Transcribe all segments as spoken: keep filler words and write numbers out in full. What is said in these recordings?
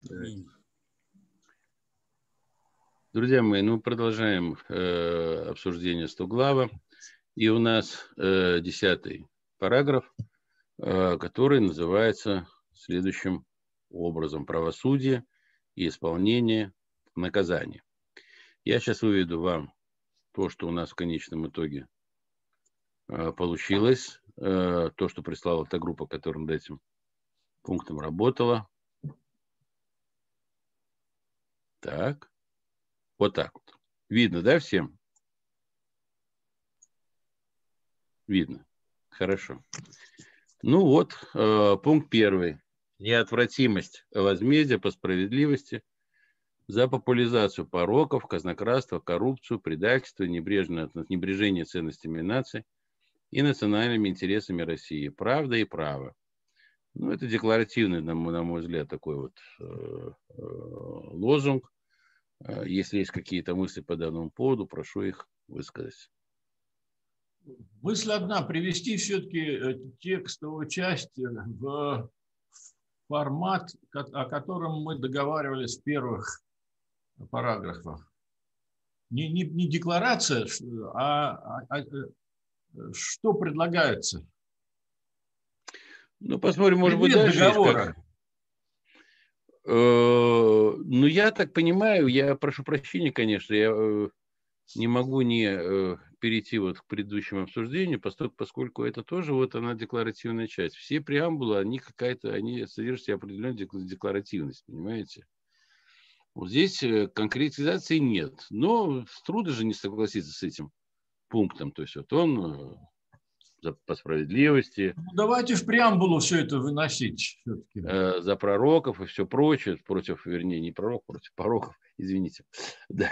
Друзья мои, ну продолжаем э, обсуждение стоглава. И у нас э, десятый параграф, э, который называется следующим образом: правосудие и исполнение наказания. Я сейчас выведу вам то, что у нас в конечном итоге э, получилось, э, то, что прислала та группа, которая над этим пунктом работала. Так, вот так вот. Видно, да, всем? Видно. Хорошо. Ну вот, э, пункт первый. Неотвратимость возмездия по справедливости за популяризацию пороков, казнократство, коррупцию, предательство, небрежное, небрежение ценностями нации и национальными интересами России. Правда и право. Ну, это декларативный, на мой, на мой взгляд, такой вот э, э, лозунг. Если есть какие-то мысли по данному поводу, прошу их высказать. Мысль одна: привести все-таки текстовую часть в формат, о котором мы договаривались в первых параграфах. Не, не, не декларация, а, а, а что предлагается. Ну, посмотрим, может быть, Предмет дальше договора. Есть как... Ну, я так понимаю, я прошу прощения, конечно, я не могу не перейти вот к предыдущему обсуждению, поскольку это тоже вот она декларативная часть. Все преамбулы, они какая-то, они содержат в себе определенную декларативность, понимаете? Вот здесь конкретизации нет, но трудно же не согласиться с этим пунктом. То есть вот он за, по справедливости. Ну, давайте в преамбулу все это выносить все-таки. Э, за пророков и все прочее, против, вернее, не пророков, против пороков, извините. Да.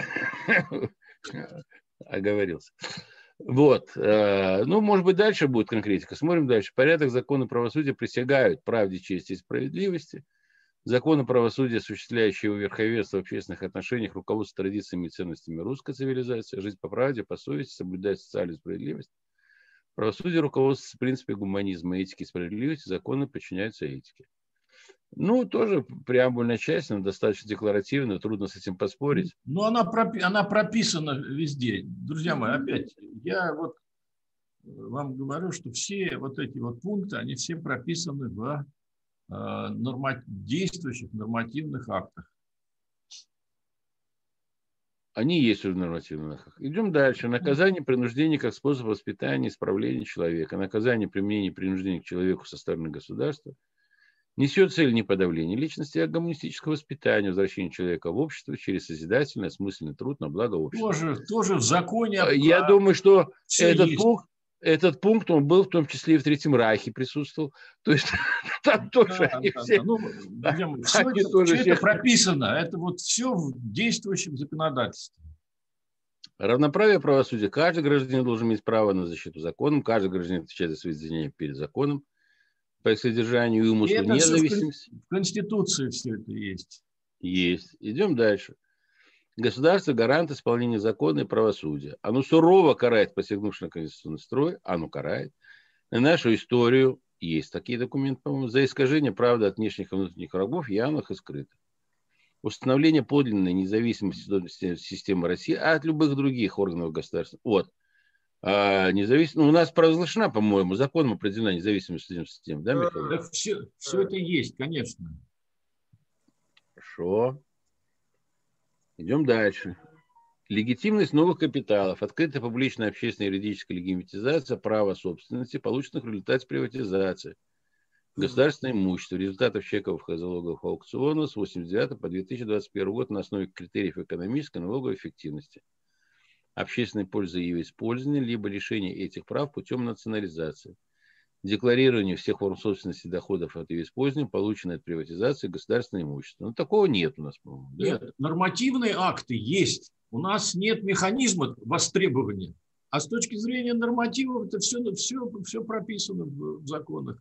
Оговорился. Вот. Ну, может быть, дальше будет конкретика. Смотрим дальше. Порядок, закон и правосудие присягают правде, чести и справедливости. Законы правосудия, осуществляющие верховенство в общественных отношениях, руководство традициями и ценностями русской цивилизации, жизнь по правде, по совести, соблюдать социальную справедливость. Правосудие руководствуется принципами гуманизма, этики и справедливости, законы подчиняются этике. Ну, тоже преамбульная часть, она достаточно декларативная, трудно с этим поспорить. Ну, она, пропи- она прописана везде. Друзья мои, опять, я вот вам говорю, что все вот эти вот пункты, они все прописаны в э, норма- действующих нормативных актах. Они есть в нормативных актах. Идем дальше. Наказание принуждения как способ воспитания и исправления человека. Наказание применения принуждения к человеку со стороны государства несет цель не подавления личности, а гуманистического воспитания, возвращения человека в общество через созидательный, осмысленный труд на благо общества. Тоже, тоже в законе. Я думаю, что этот есть. пункт, этот пункт, он был в том числе и в Третьем Райхе присутствовал. То есть там тоже да, они да, все... Да. Ну, друзья мои, все, это, тоже все все... это прописано. Это вот все в действующем законодательстве. Равноправие правосудия. Каждый гражданин должен иметь право на защиту законом. Каждый гражданин отвечает за свои извинения перед законом. По их содержанию и умыслу это независимости. В Конституции все это есть. Есть. Идем дальше. Государство гарант исполнения закона и правосудия. Оно сурово карает посягнувший на конституционный строй. Оно карает. На нашу историю есть такие документы, по-моему, за искажение правды от внешних и внутренних врагов, явных и скрытых. Установление подлинной независимости системы России от любых других органов государства. Вот. А независимо, ну, у нас провозглашена, по-моему, законом определена независимость судебной системы, да, Михаил? Да, все, все это есть, конечно. Хорошо. Идем дальше. Легитимность новых капиталов, открытая публичная общественная юридическая легитимизация права собственности, полученных в результате приватизации государственное имущество, результатов чековых и залоговых аукционов с восемьдесят девятого по две тысячи двадцать первый год на основе критериев экономической и налоговой эффективности, общественной пользы и ее использования, либо лишения этих прав путем национализации, декларирование всех форм собственности доходов от ее использования, полученной от приватизации государственного имущества. Но такого нет у нас, по-моему. Да? Нет, нормативные акты есть. У нас нет механизма востребования. А с точки зрения нормативов это все, все, все прописано в законах.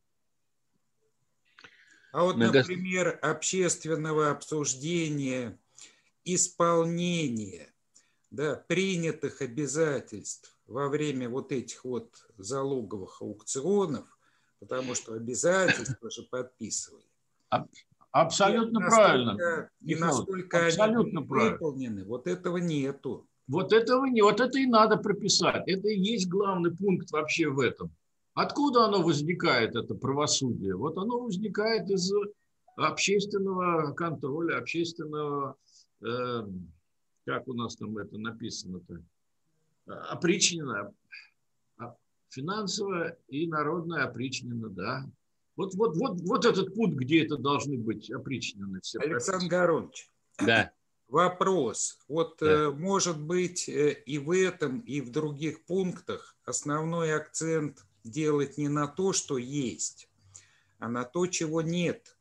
А вот, например, общественного обсуждения, исполнения, да, принятых обязательств во время вот этих вот залоговых аукционов, потому что обязательства же подписывали. Абсолютно и правильно. насколько, и Михаил, насколько абсолютно они правильно. выполнены, вот этого нету. Вот этого не, вот это и надо прописать. Это и есть главный пункт вообще в этом. Откуда оно возникает, это правосудие? Вот оно возникает из общественного контроля, общественного, э, как у нас там это написано-то, опричнина, финансово и народное опричнина, да. Вот, вот, вот, вот этот пункт, где это должны быть опричнены все. Александр Горович, Да. вопрос. Вот Да. может быть и в этом, и в других пунктах основной акцент делать не на то, что есть, а на то, чего нет.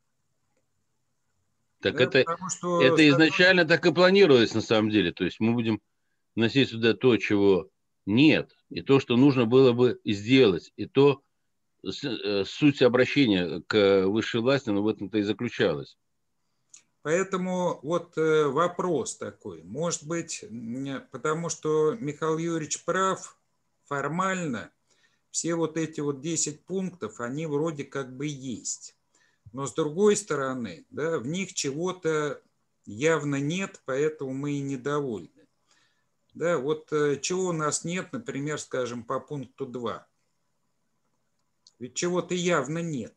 Так Да, это, что, это изначально так и планировалось на самом деле. То есть мы будем вносить сюда то, чего нет, и то, что нужно было бы сделать, и то, суть обращения к высшей власти, ну, в этом-то и заключалась. Поэтому вот вопрос такой. Может быть, потому что Михаил Юрьевич прав, формально все вот эти вот десять пунктов, они вроде как бы есть. Но с другой стороны, да, в них чего-то явно нет, поэтому мы и недовольны. Да, вот чего у нас нет, например, скажем, по пункту два. Ведь чего-то явно нет.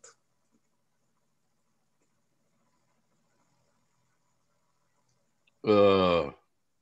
Вот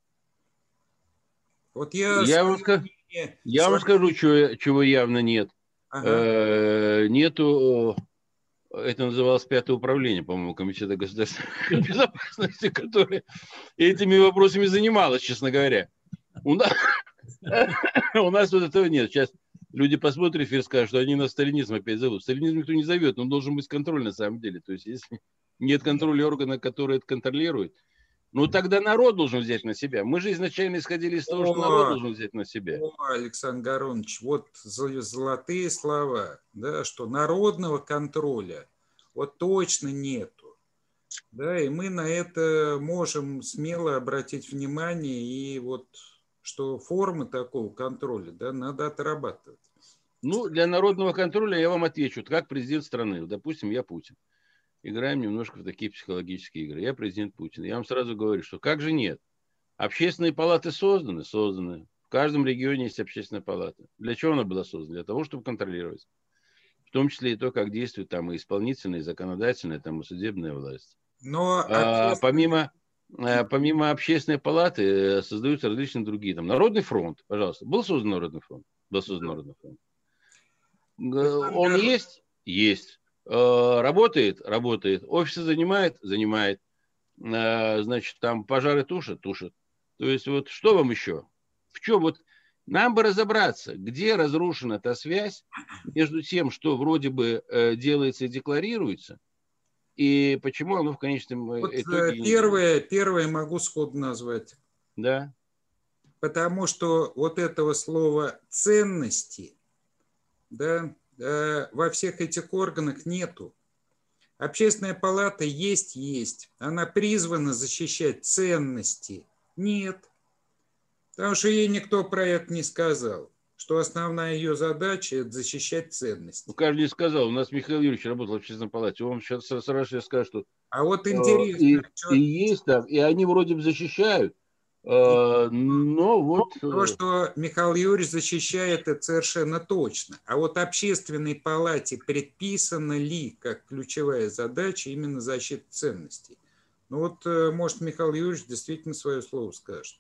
я я вам, скажу, я вам скажу, чего, чего явно нет. Ага. Нету, это называлось пятое управление, по-моему, Комитета государственной безопасности, которое этими вопросами занималось, честно говоря. У нас, у нас вот этого нет. Сейчас люди посмотрят и скажут, что они нас сталинизм опять зовут. Сталинизм никто не зовет, но должен быть контроль на самом деле. То есть, если нет контроля органа, который это контролирует, ну тогда народ должен взять на себя. Мы же изначально исходили из того, О, что народ должен взять на себя. О, Александр Горович, вот золотые слова, да, что народного контроля вот точно нету. Да, и мы на это можем смело обратить внимание, и вот что формы такого контроля, да, надо отрабатывать. Ну, для народного контроля я вам отвечу, как президент страны. Допустим, я Путин. Играем немножко в такие психологические игры. Я президент Путин. Я вам сразу говорю, что как же нет? Общественные палаты созданы? Созданы. В каждом регионе есть общественная палата. Для чего она была создана? Для того, чтобы контролировать. В том числе и то, как действует там и исполнительная, и законодательная, там и судебная власть. Но а, помимо, а, помимо общественной палаты создаются различные другие. Там Народный фронт, пожалуйста. Был создан Народный фронт? Был создан Народный фронт. Он есть? Есть. Работает? Работает. Офисы занимает? Занимает. Значит, там пожары тушат? Тушат. То есть, вот что вам еще? В чем вот нам бы разобраться, где разрушена та связь между тем, что вроде бы делается и декларируется, и почему оно в конечном вот итоге... Первое, первое могу сходу назвать. Да. Потому что вот этого слова ценности, да, во всех этих органах нету. Общественная палата есть, есть. Она призвана защищать ценности. Нет. Потому что ей никто про это не сказал, что основная ее задача – это защищать ценности. Ну, каждый сказал. У нас Михаил Юрьевич работал в общественной палате. Он сейчас сразу скажет, что а вот интересно, и, что... и есть там, и они вроде бы защищают. Но вот... То, что Михаил Юрьевич защищает, это совершенно точно. А вот общественной палате предписана ли, как ключевая задача, именно защита ценностей? Ну вот, может, Михаил Юрьевич действительно свое слово скажет.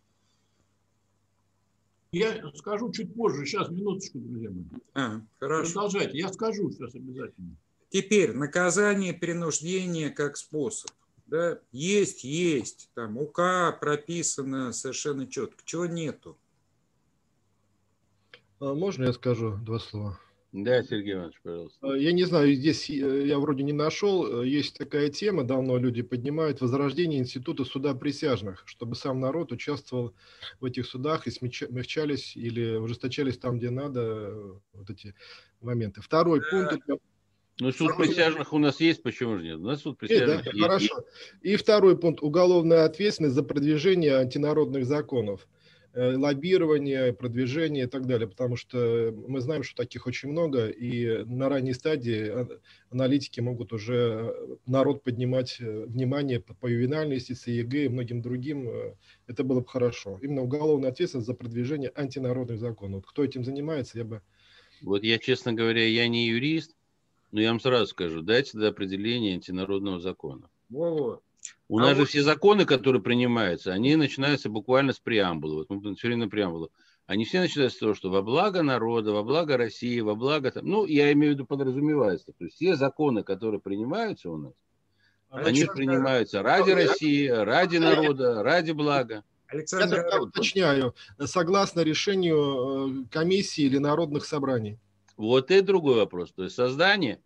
Я скажу чуть позже. Сейчас, минуточку, друзья мои. А, хорошо. Продолжайте. Я скажу сейчас обязательно. Теперь наказание принуждения как способ. Да? Есть, есть. Там УК прописано совершенно четко. Чего нету? Можно я скажу два слова? Да, Сергей Иванович, пожалуйста. Я не знаю, здесь я вроде не нашел. Есть такая тема, давно люди поднимают, возрождение института суда присяжных, чтобы сам народ участвовал в этих судах и смягчались или ужесточались там, где надо, вот эти моменты. Второй пункт. Ну, суд присяжных у нас есть, почему же нет? У нас суд присяжных есть. Да, хорошо. И второй пункт. Уголовная ответственность за продвижение антинародных законов. лоббирование, продвижение и так далее, потому что мы знаем, что таких очень много, и на ранней стадии аналитики могут уже народ поднимать внимание по ювенальной юстиции, ЕГЭ и многим другим. Это было бы хорошо. Именно уголовная ответственность за продвижение антинародных законов. Вот кто этим занимается, я бы... Вот я, честно говоря, я не юрист, но я вам сразу скажу, дайте до определения антинародного закона. Во-во. У А нас же вот... все законы, которые принимаются, они начинаются буквально с преамбулы. Вот мы все время на преамбулу. Они все начинаются с того, что во благо народа, во благо России, во благо... Ну, я имею в виду подразумевается. То есть все законы, которые принимаются у нас, Александр... они принимаются ради России, ради народа, ради блага. Александр, я уточняю, согласно решению комиссии или народных собраний. Вот это другой вопрос. То есть создание...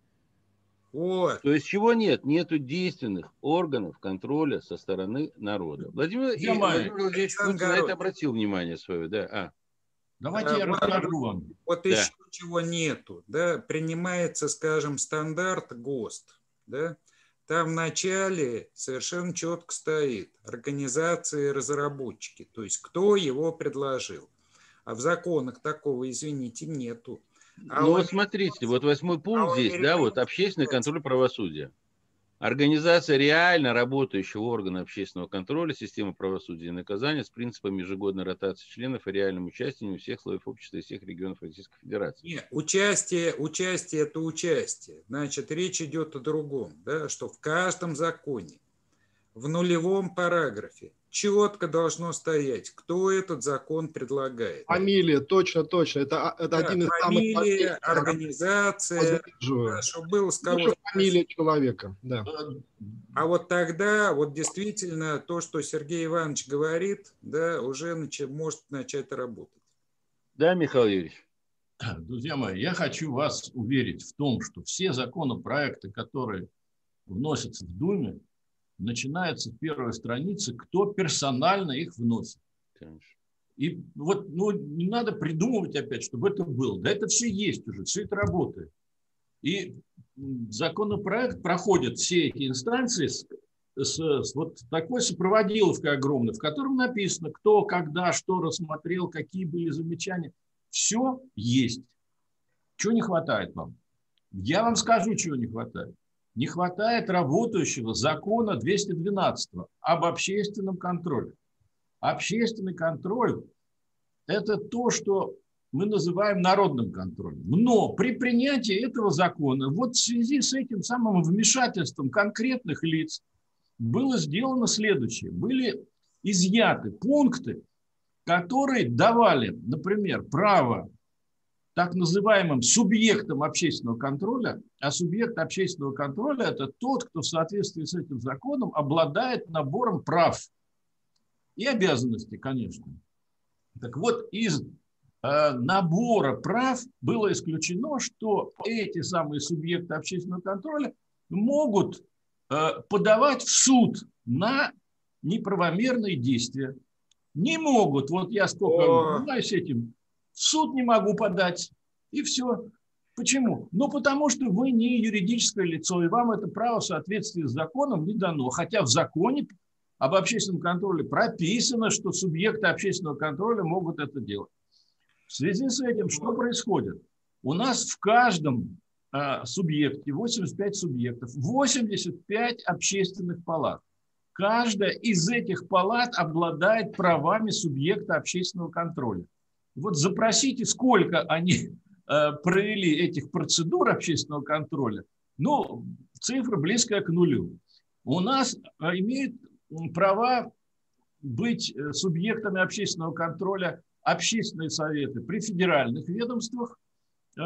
Вот. То есть чего нет? Нету действенных органов контроля со стороны народа. Владимир, и, Владимир Владимирович Путин на это обратил внимание свое. Да. А. Давайте а, я вот, расскажу вам. Вот да. еще чего нету. Да? Принимается, скажем, стандарт ГОСТ. Да? Там в начале совершенно четко стоит организации разработчики. То есть кто его предложил. А в законах такого, извините, нету. А ну вот смотрите, вот восьмой пункт а здесь, да, вот общественный контроль правосудия. Организация реально работающего органа общественного контроля системы правосудия и наказания с принципом ежегодной ротации членов и реальным участием всех слоев общества и всех регионов Российской Федерации. Нет, участие, участие – это участие. Значит, речь идет о другом, да, что в каждом законе, в нулевом параграфе четко должно стоять, кто этот закон предлагает. Фамилия, точно, точно. Это, это да, один из фамилия, самых... Фамилия, организация, да, чтобы было с кого... Ну, фамилия человека, да. А вот тогда, вот действительно, то, что Сергей Иванович говорит, да, уже нач... может начать работать. Да, Михаил Юрьевич? Друзья мои, я хочу вас уверить в том, что все законопроекты, которые вносятся в Думе, начинается с первой страницы, кто персонально их вносит. Конечно. И вот ну, не надо придумывать опять, чтобы это было. Да это все есть уже, все это работает. И законопроект проходит все эти инстанции с, с, с вот такой сопроводиловкой огромной, в котором написано, кто, когда, что рассмотрел, какие были замечания. Все есть. Чего не хватает вам? Я вам скажу, чего не хватает. Не хватает работающего закона двести двенадцатого об общественном контроле. Общественный контроль – это то, что мы называем народным контролем. Но при принятии этого закона, вот в связи с этим самым вмешательством конкретных лиц, было сделано следующее. Были изъяты пункты, которые давали, например, право так называемым субъектом общественного контроля, а субъект общественного контроля – это тот, кто в соответствии с этим законом обладает набором прав и обязанностей, конечно. Так вот, из э, набора прав было исключено, что эти самые субъекты общественного контроля могут э, подавать в суд на неправомерные действия. Не могут, вот я сколько занимаюсь этим, в суд не могу подать, и все. Почему? Ну, потому что вы не юридическое лицо, и вам это право в соответствии с законом не дано. Хотя в законе об общественном контроле прописано, что субъекты общественного контроля могут это делать. В связи с этим что происходит? У нас в каждом э, субъекте, восемьдесят пять субъектов, восемьдесят пять общественных палат. Каждая из этих палат обладает правами субъекта общественного контроля. Вот запросите, сколько они э, провели этих процедур общественного контроля. Ну, цифра близкая к нулю. У нас э, имеют права быть субъектами общественного контроля общественные советы при федеральных ведомствах, э,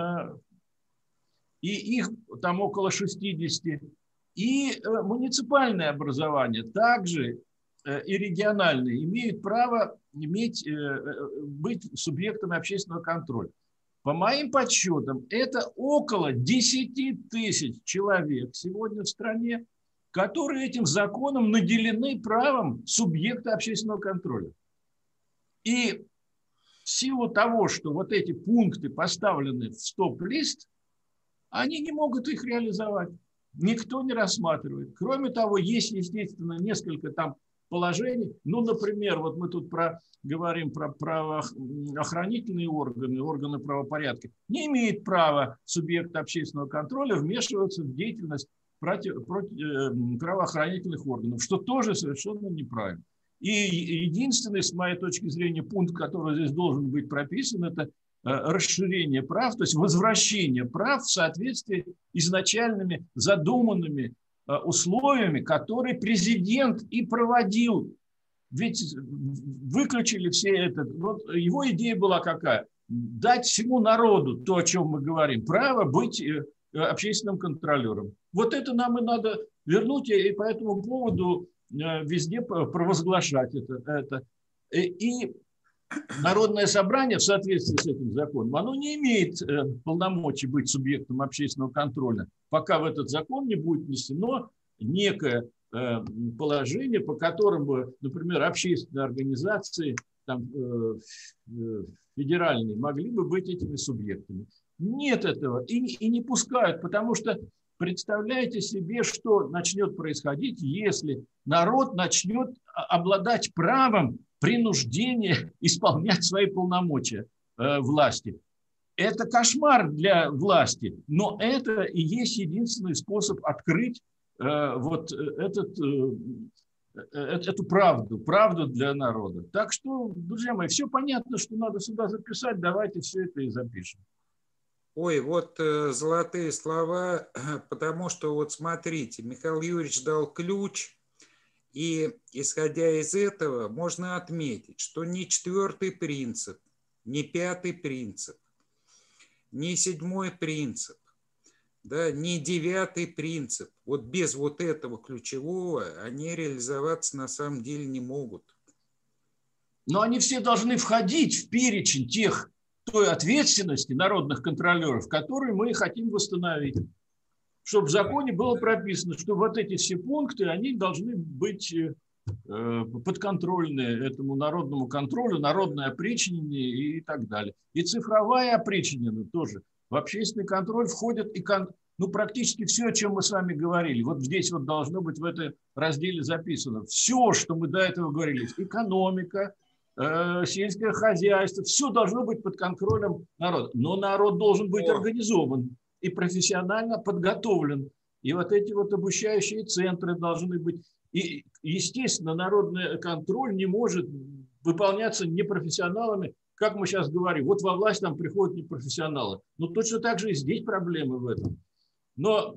и их там около шестидесяти, и э, муниципальное образование также и региональные имеют право иметь, быть субъектами общественного контроля. По моим подсчетам, это около десяти тысяч человек сегодня в стране, которые этим законом наделены правом субъекта общественного контроля. И в силу того, что вот эти пункты поставлены в стоп-лист, они не могут их реализовать. Никто не рассматривает. Кроме того, есть, естественно, несколько там положений. Ну, например, вот мы тут про, говорим про правоохранительные органы, органы правопорядка. Не имеет права субъект общественного контроля вмешиваться в деятельность против, против, правоохранительных органов, что тоже совершенно неправильно. И единственный, с моей точки зрения, пункт, который здесь должен быть прописан, это расширение прав, то есть возвращение прав в соответствии с изначальными задуманными условиями, которые президент и проводил. Ведь выключили все это. Вот его идея была какая? Дать всему народу то, о чем мы говорим, право быть общественным контролером. Вот это нам и надо вернуть, и по этому поводу везде провозглашать это. это. И Народное собрание в соответствии с этим законом, оно не имеет полномочий быть субъектом общественного контроля, пока в этот закон не будет внесено некое положение, по которым бы, например, общественные организации там, федеральные могли бы быть этими субъектами. Нет этого и, и не пускают, потому что представляете себе, что начнет происходить, если народ начнет обладать правом принуждения исполнять свои полномочия э, власти. Это кошмар для власти, но это и есть единственный способ открыть э, вот этот, э, эту правду, правду для народа. Так что, друзья мои, все понятно, что надо сюда записать, давайте все это и запишем. Ой, вот э, золотые слова, потому что вот смотрите, Михаил Юрьевич дал ключ, и исходя из этого можно отметить, что ни четвертый принцип, ни пятый принцип, ни седьмой принцип, да, ни девятый принцип, вот без вот этого ключевого они реализоваться на самом деле не могут. Но они все должны входить в перечень тех, той ответственности народных контролеров, которые мы хотим восстановить. Чтобы в законе было прописано, что вот эти все пункты, они должны быть подконтрольны этому народному контролю, народное опричнение и так далее. И цифровая опричнина тоже. В общественный контроль входит и кон... ну, практически все, о чем мы с вами говорили. Вот здесь вот должно быть в этом разделе записано. Все, что мы до этого говорили. Экономика, э, сельское хозяйство, все должно быть под контролем народа. Но народ должен быть организован и профессионально подготовлен. И вот эти вот обучающие центры должны быть. И, естественно, народный контроль не может выполняться непрофессионалами, как мы сейчас говорим. Вот во власть там приходят непрофессионалы. Но точно так же и здесь проблемы в этом. Но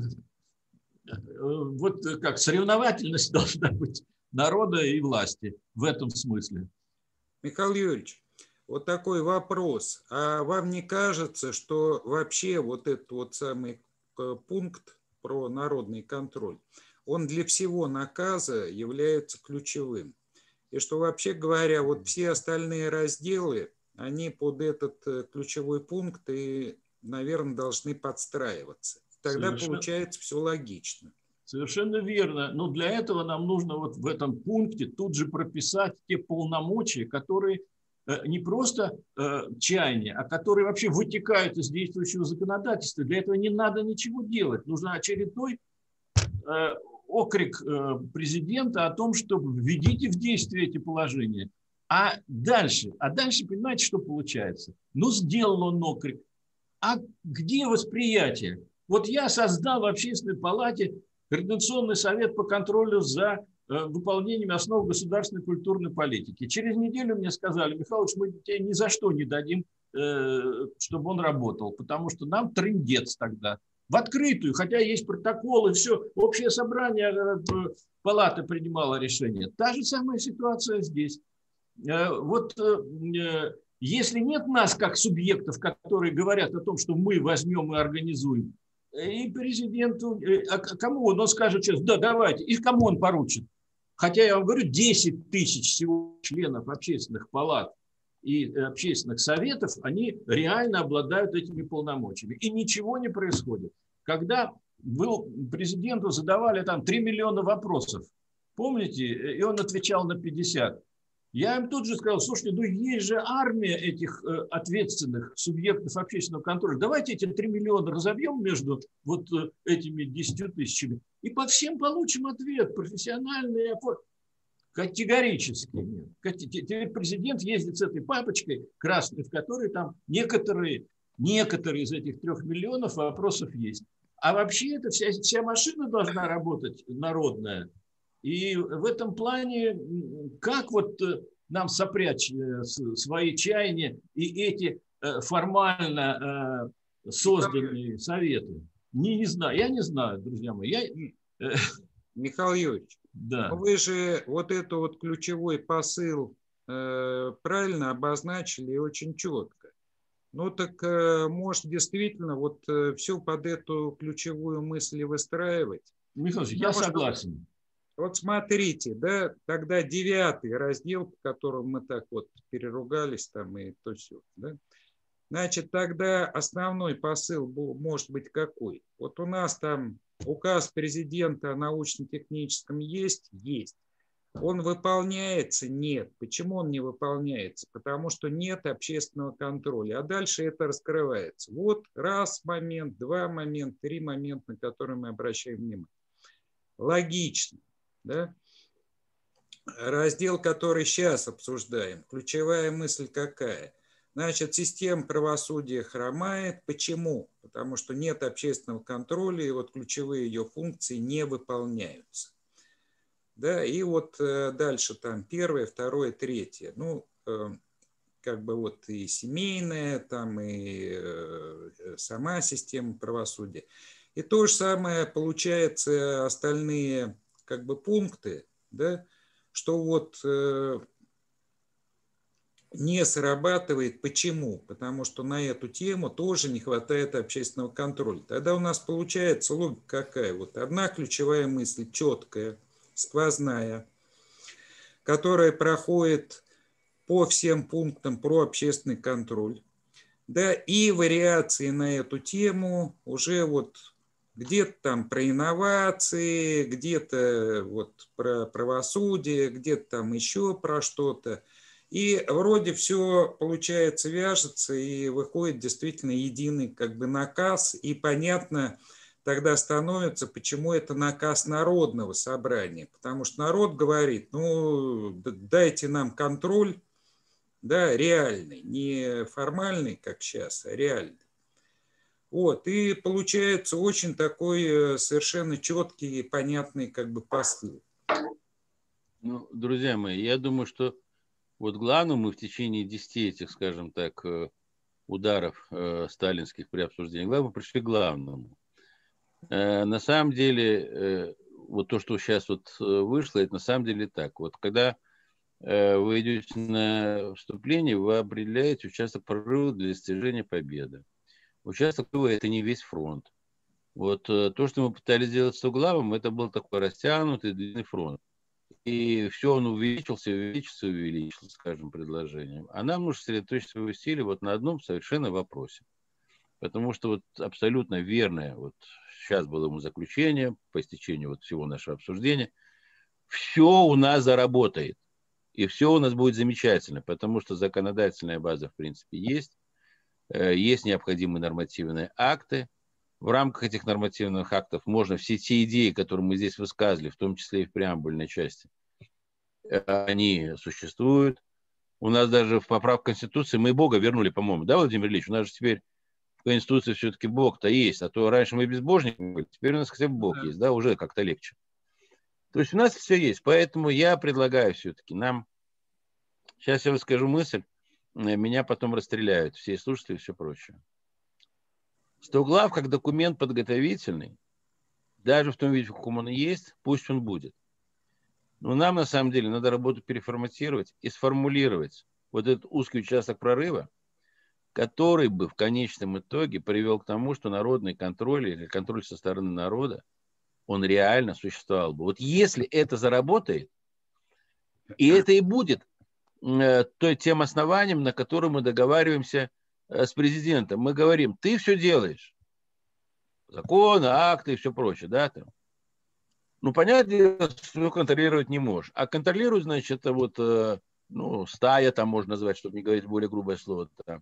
вот как соревновательность должна быть народа и власти в этом смысле. Михаил Юрьевич, вот такой вопрос. А вам не кажется, что вообще вот этот вот самый пункт про народный контроль, он для всего наказа является ключевым? И что вообще говоря, вот все остальные разделы, они под этот ключевой пункт и, наверное, должны подстраиваться. Тогда совершенно, получается все логично. Совершенно верно. Но для этого нам нужно вот в этом пункте тут же прописать те полномочия, которые не просто э, чаяния, а которые вообще вытекают из действующего законодательства. Для этого не надо ничего делать. Нужен очередной э, окрик э, президента о том, что введите в действие эти положения. А дальше, а дальше, понимаете, что получается? Ну, сделал он окрик. А где восприятие? Вот я создал в Общественной палате Координационный совет по контролю за выполнением основ государственной культурной политики. Через неделю мне сказали: Михайлович, мы тебе ни за что не дадим, чтобы он работал, потому что нам трындец тогда. В открытую, хотя есть протоколы, все, общее собрание палаты принимало решение. Та же самая ситуация здесь. Вот если нет нас как субъектов, которые говорят о том, что мы возьмем и организуем, и президенту, а кому он, он скажет сейчас, да, давайте, и кому он поручит? Хотя я вам говорю, десять тысяч всего членов общественных палат и общественных советов, они реально обладают этими полномочиями. И ничего не происходит. Когда был, президенту задавали там три миллиона вопросов, помните, и он отвечал на пятьдесят. Я им тут же сказал: слушайте, ну есть же армия этих э, ответственных субъектов общественного контроля. Давайте эти три миллиона разобьем между вот э, этими десятью тысячами и по всем получим ответ профессиональный. Категорически нет. Теперь президент ездит с этой папочкой красной, в которой там некоторые, некоторые из этих трех миллионов вопросов есть. А вообще это вся, вся машина должна работать народная. И в этом плане, как вот нам сопрячь свои чаяния и эти формально созданные советы? Не, не знаю, я не знаю, друзья мои. Я... Михаил Юрьевич, да. Вы же вот эту вот ключевой посыл э, правильно обозначили и очень четко. Ну так, э, может, действительно вот э, все под эту ключевую мысль выстраивать? Михаил Ильич, я согласен. Что, вот смотрите, да, тогда девятый раздел, по которому мы так вот переругались там и то все, да? Значит, тогда основной посыл был, может быть какой? Вот у нас там указ президента о научно-техническом есть? Есть. Он выполняется? Нет. Почему он не выполняется? Потому что нет общественного контроля. А дальше это раскрывается. Вот раз момент, два момента, три момента, на которые мы обращаем внимание. Логично. Да? Раздел, который сейчас обсуждаем, ключевая мысль какая? Значит, система правосудия хромает. Почему? Потому что нет общественного контроля, и вот ключевые ее функции не выполняются. Да, и вот дальше там первое, второе, третье. Ну, как бы вот и семейная, там и сама система правосудия. И то же самое получается остальные как бы пункты, да, что вот... не срабатывает. Почему? Потому что на эту тему тоже не хватает общественного контроля. Тогда у нас получается логика какая? Вот одна ключевая мысль, четкая, сквозная, которая проходит по всем пунктам про общественный контроль. Да, и вариации на эту тему уже вот где-то там про инновации, где-то вот про правосудие, где-то там еще про что-то. И вроде все, получается, вяжется и выходит действительно единый как бы наказ. И понятно тогда становится, почему это наказ народного собрания. Потому что народ говорит, ну дайте нам контроль, да, реальный, не формальный, как сейчас, а реальный. Вот, и получается очень такой совершенно четкий и понятный как бы посыл. Ну, друзья мои, я думаю, что вот главное, мы в течение десяти этих, скажем так, ударов э, сталинских при обсуждении, главное, мы пришли к главному. Э, на самом деле, э, вот то, что сейчас вот вышло, это на самом деле так. Вот когда э, вы идете на вступление, вы определяете участок прорыва для достижения победы. Участок прорыва – это не весь фронт. Вот э, то, что мы пытались сделать с Углавом, это был такой растянутый длинный фронт. И все, он увеличился, увеличился, увеличился, скажем, предложением. А нам нужно сосредоточить свои усилия вот на одном совершенно вопросе. Потому что вот абсолютно верное, вот сейчас было ему заключение, по истечению вот всего нашего обсуждения, все у нас заработает. И все у нас будет замечательно, потому что законодательная база, в принципе, есть. Есть необходимые нормативные акты. В рамках этих нормативных актов можно все те идеи, которые мы здесь высказывали, в том числе и в преамбульной части, они существуют. У нас даже в поправке Конституции мы Бога вернули, по-моему, да, Владимир Ильич? У нас же теперь в Конституции все-таки Бог-то есть, а то раньше мы безбожники были, теперь у нас хотя бы Бог да. есть, да, уже как-то легче. То есть у нас все есть, поэтому я предлагаю все-таки нам, сейчас я выскажу мысль, меня потом расстреляют все слушатели и все прочее. Стоглав как документ подготовительный, даже в том виде, в каком он есть, пусть он будет. Но нам на самом деле надо работу переформатировать и сформулировать вот этот узкий участок прорыва, который бы в конечном итоге привел к тому, что народный контроль или контроль со стороны народа, он реально существовал бы. Вот если это заработает, и это и будет э, то, тем основанием, на котором мы договариваемся э, с президентом. Мы говорим, ты все делаешь. Законы, акты и все прочее. Да, там. Ну, понятно, что контролировать не можешь. А контролировать, значит, это вот, э, ну, стая, там можно назвать, чтобы не говорить более грубое слово, там,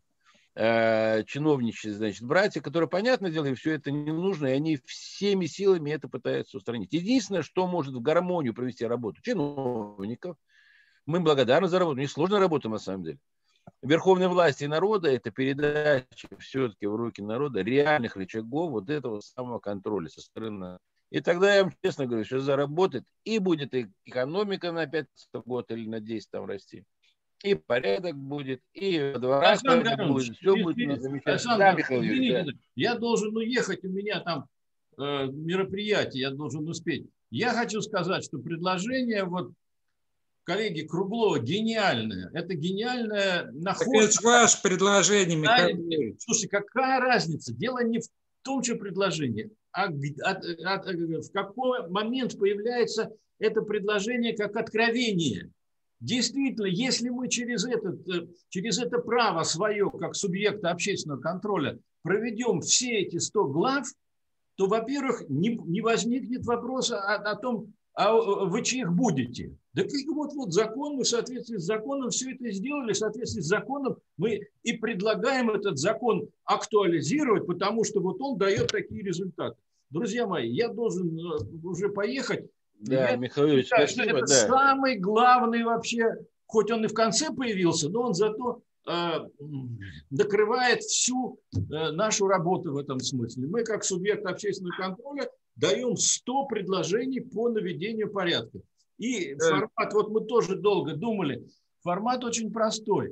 э, чиновничьи, значит, братья, которые, понятное дело, им все это не нужно, и они всеми силами это пытаются устранить. Единственное, что может в гармонию провести работу чиновников, мы им благодарны за работу, несложная работа на самом деле. Верховной власти и народа — это передача все-таки в руки народа реальных рычагов вот этого самого контроля со стороны. И тогда, я вам честно говорю, что заработает, и будет и экономика на пять год или на десять там расти, и порядок будет, и во дворах порядок будет, все будет замечательно. Да, Михаил Юрьевич, да. Я должен уехать, у меня там э, мероприятие, я должен успеть. Я хочу сказать, что предложение вот коллеги Круглова гениальное. Это гениальное находка. Это же ваше предложение, Михаил Юрьевич. Слушай, какая разница? Дело не в том же предложении, а от, от, в какой момент появляется это предложение как откровение. Действительно, если мы через, этот, через это право свое, как субъекта общественного контроля, проведем все эти сто глав, то, во-первых, не, не возникнет вопроса о, о том, а вы чьих будете? Да вот, вот закон, мы в соответствии с законом все это сделали, в соответствии с законом мы и предлагаем этот закон актуализировать, потому что вот он дает такие результаты. Друзья мои, я должен уже поехать. Да, я Михаил Юрьевич, считаю, спасибо. Что это да. самый главный вообще, хоть он и в конце появился, но он зато э, накрывает всю э, нашу работу в этом смысле. Мы, как субъект общественного контроля, даем сто предложений по наведению порядка. И формат, вот мы тоже долго думали, формат очень простой.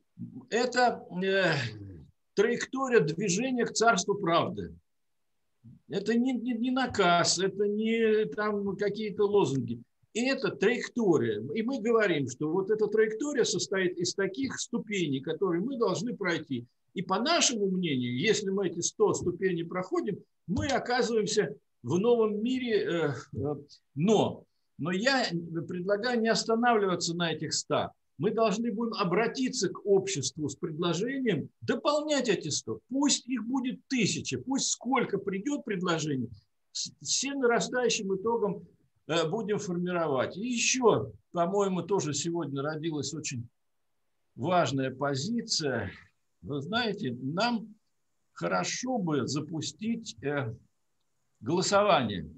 Это э, траектория движения к царству правды. Это не, не, не наказ, это не там какие-то лозунги. Это траектория. И мы говорим, что вот эта траектория состоит из таких ступеней, которые мы должны пройти. И по нашему мнению, если мы эти сто ступеней проходим, мы оказываемся в новом мире. Но, но я предлагаю не останавливаться на этих ста. Мы должны будем обратиться к обществу с предложением дополнять эти сто. Пусть их будет тысяча, пусть сколько придет предложений, с всем нарастающим итогом будем формировать. И еще, по-моему, тоже сегодня родилась очень важная позиция. Вы знаете, нам хорошо бы запустить голосование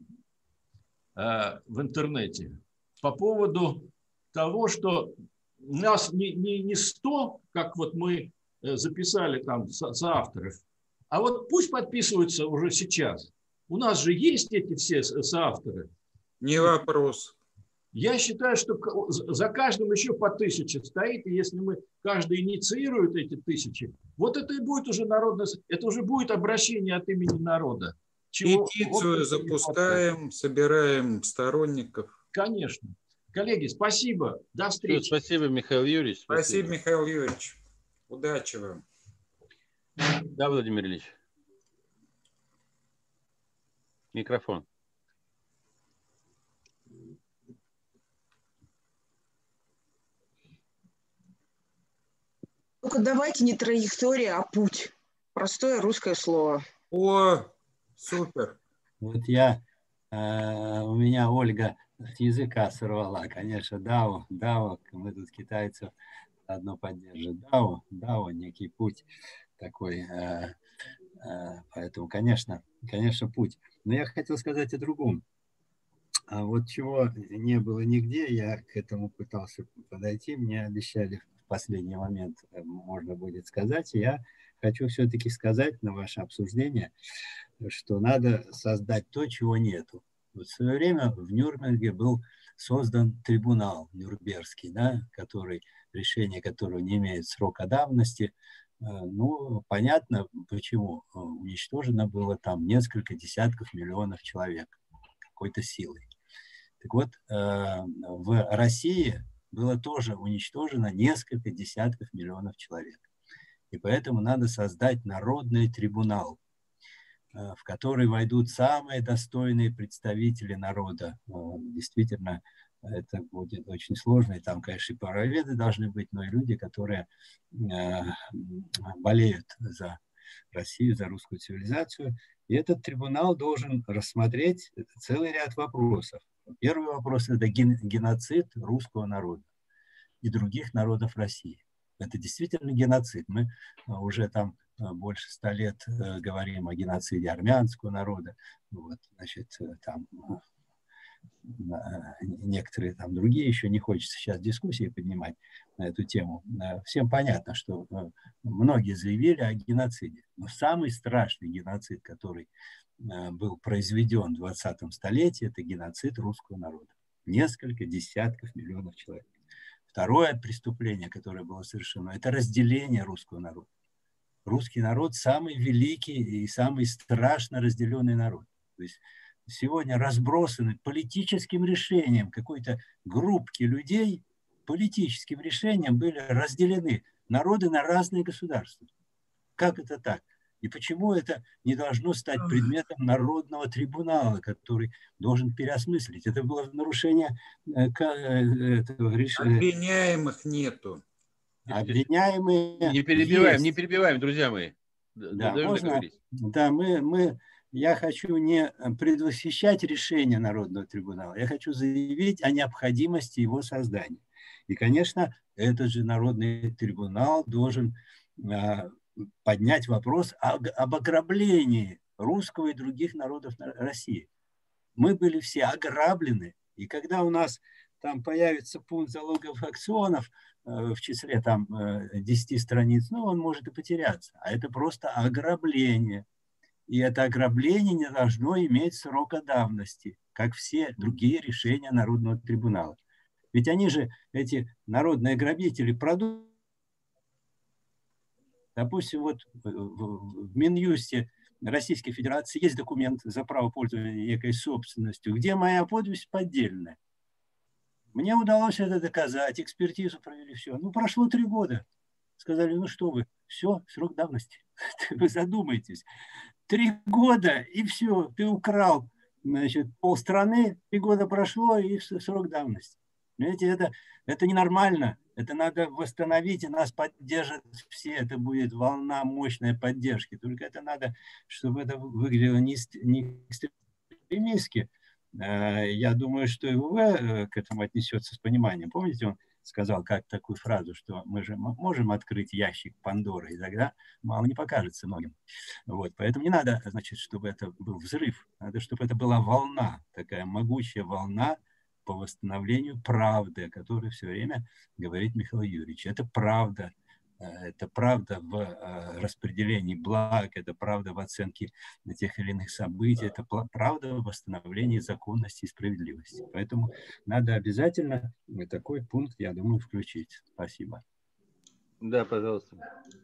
в интернете по поводу того, что нас не, не, не сто, как вот мы записали там со, соавторов, а вот пусть подписываются уже сейчас. У нас же есть эти все соавторы. Не вопрос. Я считаю, что за каждым еще по тысяче стоит, и если мы каждый инициирует эти тысячи, вот это и будет уже народное, это уже будет обращение от имени народа. Петицию запускаем, собираем сторонников. Конечно. Коллеги, спасибо. До встречи. Спасибо, Михаил Юрьевич. Спасибо, спасибо Михаил Юрьевич. Удачи вам. Да, Владимир Ильич. Микрофон. Только давайте не траектория, а путь. Простое русское слово. О, супер. Вот я, э, у меня Ольга с языка сорвала, конечно, дао, дао, мы тут китайцев одно поддержим. Дао, дао, некий путь такой, э, э, поэтому, конечно, конечно, путь. Но я хотел сказать о другом. А вот чего не было нигде, я к этому пытался подойти, мне обещали в последний момент, можно будет сказать, я хочу все-таки сказать на ваше обсуждение, что надо создать то, чего нету. Вот в свое время в Нюрнберге был создан трибунал Нюрнбергский, да, который, решение которого не имеет срока давности. Ну, понятно, почему. Уничтожено было там несколько десятков миллионов человек какой-то силой. Так вот, в России было тоже уничтожено несколько десятков миллионов человек. И поэтому надо создать народный трибунал, в который войдут самые достойные представители народа. Действительно, это будет очень сложно. И там, конечно, и правоведы должны быть, но и люди, которые болеют за Россию, за русскую цивилизацию. И этот трибунал должен рассмотреть целый ряд вопросов. Первый вопрос – это геноцид русского народа и других народов России. Это действительно геноцид. Мы уже там больше ста лет говорим о геноциде армянского народа. Вот, значит, там некоторые там другие, еще не хочется сейчас дискуссии поднимать на эту тему. Всем понятно, что многие заявили о геноциде. Но самый страшный геноцид, который был произведен в двадцатом столетии, это геноцид русского народа. Несколько десятков миллионов человек. Второе преступление, которое было совершено, это разделение русского народа. Русский народ самый великий и самый страшно разделенный народ. То есть сегодня разбросаны политическим решением какой-то группки людей, политическим решением были разделены народы на разные государства. Как это так? И почему это не должно стать предметом народного трибунала, который должен переосмыслить? Это было нарушение этого решения. Обвиняемых нету. Обвиняемые Не перебиваем, есть. не перебиваем, друзья мои. Да, можно, да мы, мы, я хочу не предвосхищать решение Народного трибунала, я хочу заявить о необходимости его создания. И, конечно, этот же Народный трибунал должен а, поднять вопрос об, об ограблении русского и других народов России. Мы были все ограблены, и когда у нас там появится пункт залоговых акционов в числе там десяти страниц, ну, он может и потеряться. А это просто ограбление. И это ограбление не должно иметь срока давности, как все другие решения Народного трибунала. Ведь они же, эти народные грабители, продукт. Допустим, вот в Минюсте Российской Федерации есть документ за право пользования некой собственностью, где моя подпись поддельная. Мне удалось это доказать, экспертизу провели, все. Ну, прошло три года. Сказали, ну что вы, все, срок давности. Вы задумайтесь. Три года, и все, ты украл, значит, полстраны, три года прошло, и срок давности. Понимаете, это, это ненормально. Это надо восстановить, и нас поддержат все. Это будет волна мощной поддержки. Только это надо, чтобы это выглядело не, не экстремистски. Я думаю, что и УВ к этому отнесется с пониманием. Помните, он сказал как такую фразу, что мы же можем открыть ящик Пандоры, и тогда мало не покажется многим. Вот, поэтому не надо, значит, чтобы это был взрыв. Надо, чтобы это была волна, такая могучая волна по восстановлению правды, о которой все время говорит Михаил Юрьевич. Это правда. Это правда в распределении благ, это правда в оценке тех или иных событий, это правда в восстановлении законности и справедливости. Поэтому надо обязательно такой пункт, я думаю, включить. Спасибо. Да, пожалуйста.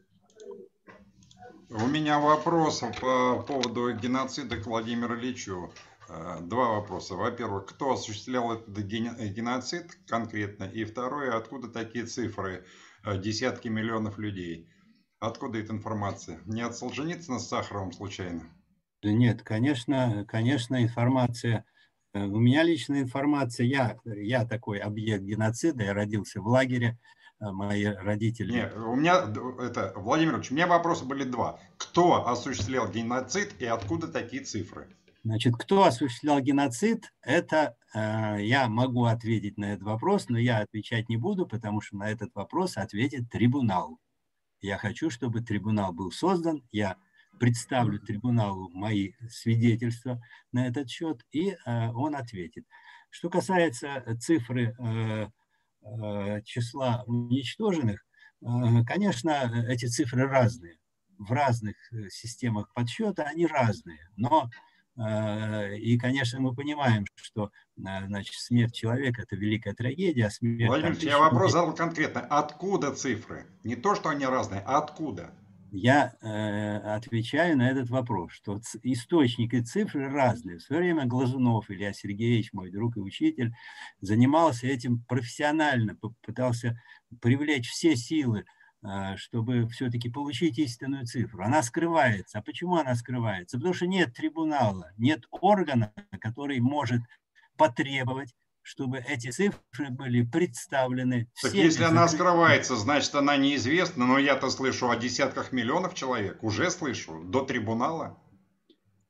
У меня вопрос по поводу геноцида к Владимиру Ильичу. Два вопроса. Во-первых, кто осуществлял этот геноцид конкретно? И второе, откуда такие цифры? Десятки миллионов людей. Откуда эта информация? Не от Солженицына с Сахаровым случайно? Нет, конечно, конечно, информация. У меня личная информация. Я, я такой объект геноцида. Я родился в лагере. Мои родители... Нет, у меня, это, Владимир Ильич, у меня вопросы были два. Кто осуществлял геноцид и откуда такие цифры? Значит, кто осуществлял геноцид, это э, я могу ответить на этот вопрос, но я отвечать не буду, потому что на этот вопрос ответит трибунал. Я хочу, чтобы трибунал был создан, я представлю трибуналу мои свидетельства на этот счет, и э, он ответит. Что касается цифры э, э, числа уничтоженных, э, конечно, эти цифры разные. В разных системах подсчета они разные, но и, конечно, мы понимаем, что, значит, смерть человека – это великая трагедия. А смерть Владимир, я вопрос задал конкретно. Откуда цифры? Не то, что они разные, а откуда? Я э, отвечаю на этот вопрос, что источники и цифры разные. В свое время Глазунов Илья Сергеевич, мой друг и учитель, занимался этим профессионально, попытался привлечь все силы, чтобы все-таки получить истинную цифру. Она скрывается. А почему она скрывается? Потому что нет трибунала, нет органа, который может потребовать, чтобы эти цифры были представлены. Так если она скрывается, значит она неизвестна, но я-то слышу о десятках миллионов человек, уже слышу, до трибунала.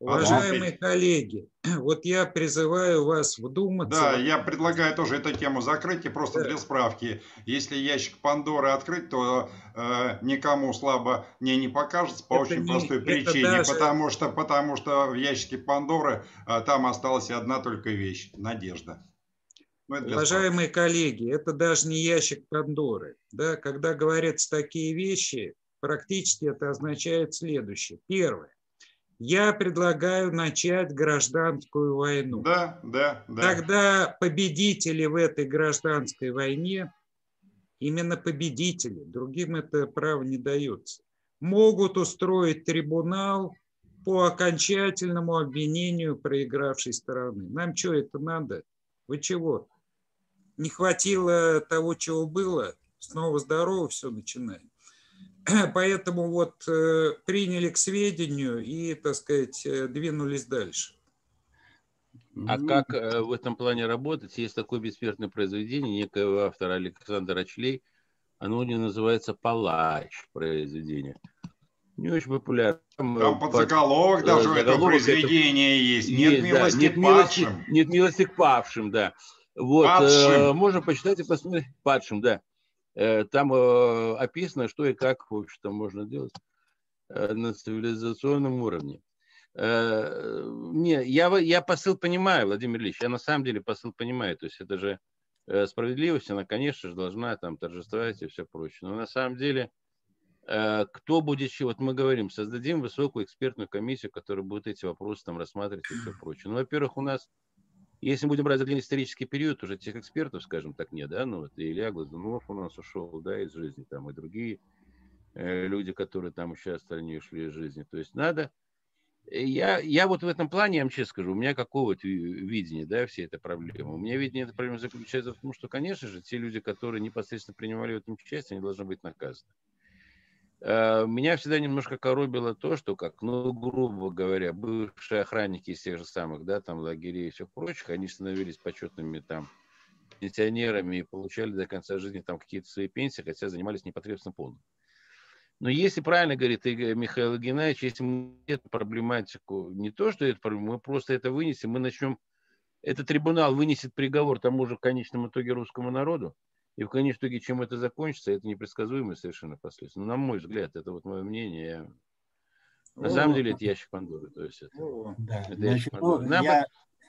Уважаемые коллеги, вот я призываю вас вдуматься. Да, я предлагаю тоже эту тему закрыть, и просто да. для справки, если ящик Пандоры открыть, то э, никому слабо не, не покажется по это очень не, простой причине, даже... потому, что, потому что в ящике Пандоры э, там осталась одна только вещь – надежда. Уважаемые справки. Коллеги, это даже не ящик Пандоры. Да? Когда говорятся такие вещи, практически это означает следующее. Первое. Я предлагаю начать гражданскую войну. Да, да, да. Тогда победители в этой гражданской войне, именно победители, другим это право не дается, могут устроить трибунал по окончательному обвинению проигравшей стороны. Нам что это надо? Вы чего? Не хватило того, чего было? Снова здорово, все начинаем. Поэтому вот э, приняли к сведению и, так сказать, э, двинулись дальше. А как э, в этом плане работать? Есть такое бессмертное произведение некоего автора Александр Ачлей. Оно не называется «Палач» произведение. Не очень популярно. Там подзаголовок под, даже у этого произведения это... есть. Нет есть, милости да. нет к падшим. Милости, нет милости к павшим, да. Вот, э, можно почитать и посмотреть. Падшим, да. Там э, описано, что и как, в общем-то, можно делать э, на цивилизационном уровне. Э, не, я, я посыл понимаю, Владимир Ильич, я на самом деле посыл понимаю. То есть это же э, справедливость, она, конечно же, должна там торжествовать и все прочее. Но на самом деле, э, кто будет, вот мы говорим, создадим высокую экспертную комиссию, которая будет эти вопросы там рассматривать и все прочее. Ну, во-первых, у нас если будем брать один исторический период, уже тех экспертов, скажем так, нет, да, ну вот и Илья Глазунов у нас ушел, да, из жизни, там и другие э, люди, которые там еще остальные ушли из жизни. То есть надо, я, я вот в этом плане, я вам честно скажу, у меня какого-то видения, да, всей этой проблемы. У меня видение этой проблемы заключается в том, что, конечно же, те люди, которые непосредственно принимали в этом участие, они должны быть наказаны. Меня всегда немножко коробило то, что, как, ну, грубо говоря, бывшие охранники из тех же самых, да, там, лагерей и всех прочих, они становились почетными там пенсионерами и получали до конца жизни там какие-то свои пенсии, хотя занимались непосредственно полным. Но если правильно говорит Михаил Геннадьевич, если мы эту проблематику, не то, что эту проблему, мы просто это вынесем, мы начнем, этот трибунал вынесет приговор тому же в конечном итоге русскому народу, и в конечном итоге, чем это закончится, это непредсказуемые совершенно последствия. Но, на мой взгляд, это вот мое мнение. Я... На О, самом деле это ящик Пандоры. То есть это, О, да. это Значит, ну, я,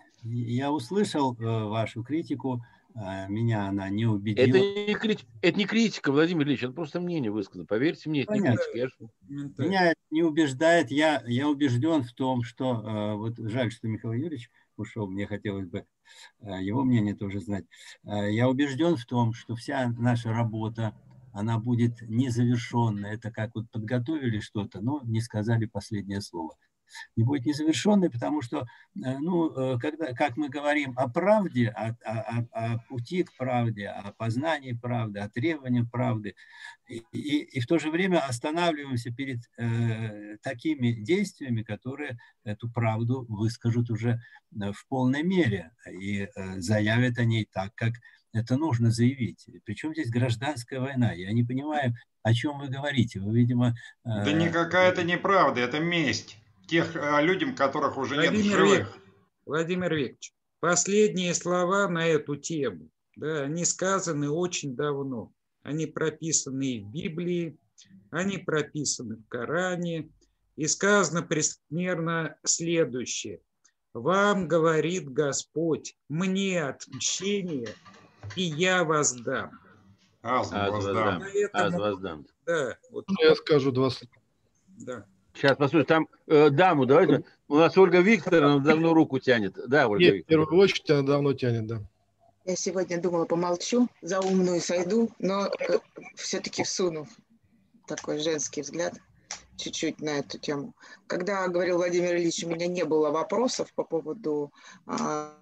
я услышал э, вашу критику, э, меня она не убедила. Это не, критика, это не критика, Владимир Ильич, это просто мнение высказано. Поверьте мне, это Понятно. не критика. Я... Меня не убеждает, я, я убежден в том, что, э, вот жаль, что Михаил Юрьевич ушел, мне хотелось бы его мнение тоже знать. Я убежден в том, что вся наша работа, она будет незавершенная. Это как вот подготовили что-то, но не сказали последнее слово. Не будет незавершенной, потому что, ну, когда, как мы говорим о правде, о, о, о пути к правде, о познании правды, о требовании правды, и, и, и в то же время останавливаемся перед э, такими действиями, которые эту правду выскажут уже в полной мере и э, заявят о ней так, как это нужно заявить. Причем здесь гражданская война? Я не понимаю, о чем вы говорите. Вы, видимо... Э, да никакая это неправда, это месть. Тех людям, которых уже Владимир нет в живых. Век, Владимир Викторович, последние слова на эту тему, да, они сказаны очень давно. Они прописаны и в Библии, они прописаны в Коране. И сказано примерно следующее. Вам говорит Господь, мне отмщение, и я вас дам. Аз воздам. Аз воздам. Да, вот. Я скажу два слова. Да. Сейчас, послушай, там э, даму, давайте. У нас Ольга Викторовна давно руку тянет. Да, Ольга Нет, Викторовна. В первую очередь она давно тянет, да. Я сегодня думала, помолчу, за умную сойду, но э, все-таки всуну такой женский взгляд чуть-чуть на эту тему. Когда говорил Владимир Ильич, у меня не было вопросов по поводу а,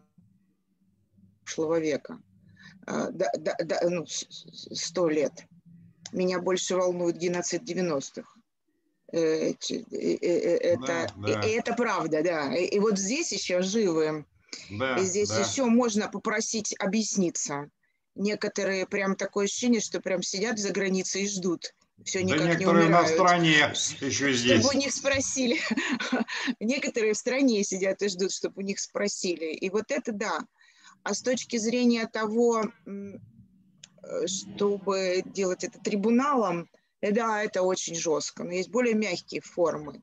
прошлого века. А, да, да, да, ну, сто лет. Меня больше волнует геноцид девяностых. Это, да, да. это правда, да. И, и вот здесь еще живы. Да, и здесь да. еще можно попросить объясниться. Некоторые прям такое ощущение, что прям сидят за границей и ждут. все Да никак не некоторые на умирают. стороне еще здесь. Чтобы у них спросили. Некоторые в стране сидят и ждут, чтобы у них спросили. И вот это да. А с точки зрения того, чтобы делать это трибуналом, да, это очень жестко. Но есть более мягкие формы.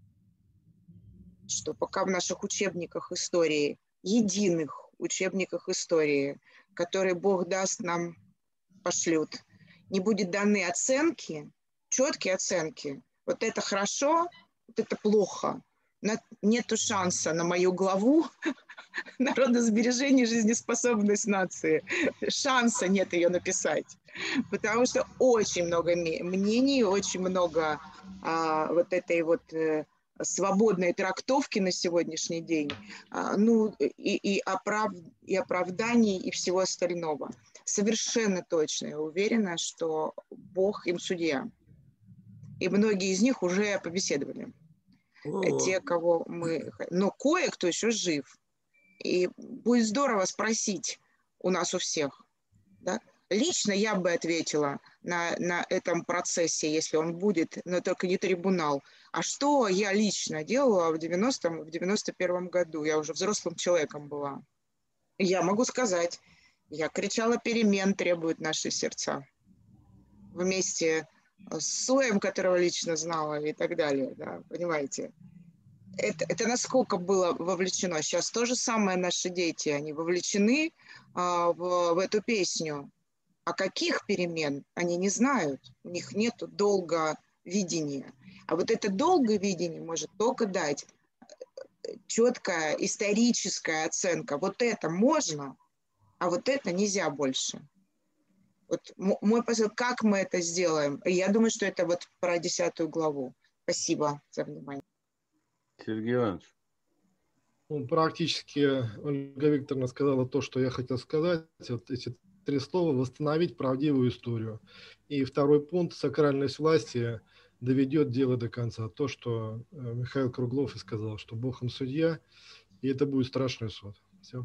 Что пока в наших учебниках истории, единых учебниках истории, которые Бог даст нам, пошлют, не будет даны оценки, четкие оценки. Вот это хорошо, вот это плохо. Нету шанса на мою главу «Народосбережение, жизнеспособность нации». Шанса нет ее написать. Потому что очень много мнений, очень много а, вот этой вот э, свободной трактовки на сегодняшний день, а, ну и, и, оправ, и оправданий, и всего остального. Совершенно точно я уверена, что Бог им судья. И многие из них уже побеседовали. О. Те, кого мы... Но кое-кто еще жив. И будет здорово спросить у нас у всех. Да? Лично я бы ответила на, на этом процессе, если он будет, но только не трибунал. А что я лично делала в девяностом, в девяносто первом году? Я уже взрослым человеком была. Я могу сказать, я кричала: перемен требуют наши сердца. Вместе с Соем, которого лично знала, и так далее. Да, понимаете? Это, это насколько было вовлечено. Сейчас то же самое наши дети, они вовлечены а, в, в эту песню. А каких перемен они не знают. У них нет долговидения. А вот это долговидение может только дать четкая историческая оценка. Вот это можно, а вот это нельзя больше. Вот мой посыл, как мы это сделаем? Я думаю, что это вот про десятую главу. Спасибо за внимание. Сергей Иванович. Ну, практически Ольга Викторовна сказала то, что я хотел сказать. Вот эти три слова: восстановить правдивую историю. И второй пункт: сакральность власти доведет дело до конца. То, что Михаил Круглов и сказал, что Бог им судья, и это будет страшный суд. Все.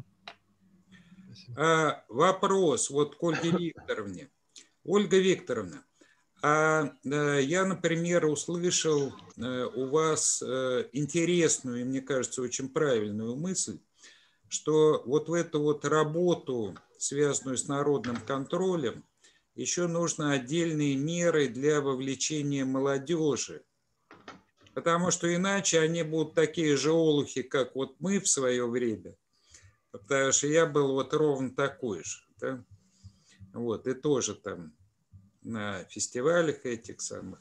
А, вопрос вот к Ольге Викторовне. Ольга Викторовна, а я, например, услышал у вас интересную и, мне кажется, очень правильную мысль, что вот в эту вот работу, связанную с народным контролем, еще нужно отдельные меры для вовлечения молодежи. Потому что иначе они будут такие же олухи, как вот мы в свое время. Потому что я был вот ровно такой же. Да? Вот, и тоже там на фестивалях этих самых.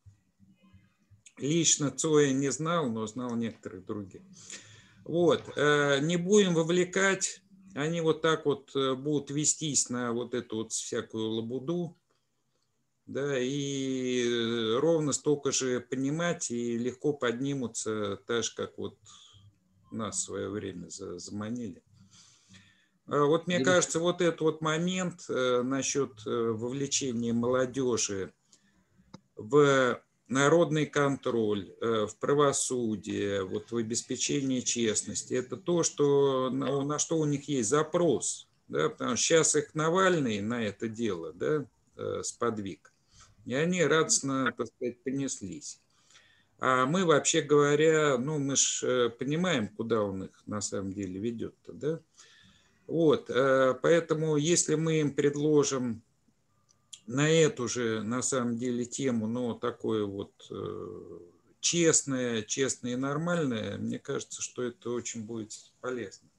Лично Цоя не знал, но знал некоторых других. Вот, не будем вовлекать, они вот так вот будут вестись на вот эту вот всякую лабуду, да, и ровно столько же понимать, и легко поднимутся, так же, как вот нас в свое время заманили. Вот мне кажется, вот этот вот момент насчет вовлечения молодежи в народный контроль, в правосудие, вот в обеспечение честности, это то, что, на, на что у них есть запрос. Да, потому что сейчас их Навальный на это дело, да, сподвиг. И они радостно, так сказать, понеслись. А мы, вообще говоря, ну, мы же понимаем, куда он их на самом деле ведет-то, да? Вот, поэтому если мы им предложим на эту же, на самом деле, тему, но такое вот честное, честное и нормальное, мне кажется, что это очень будет полезно.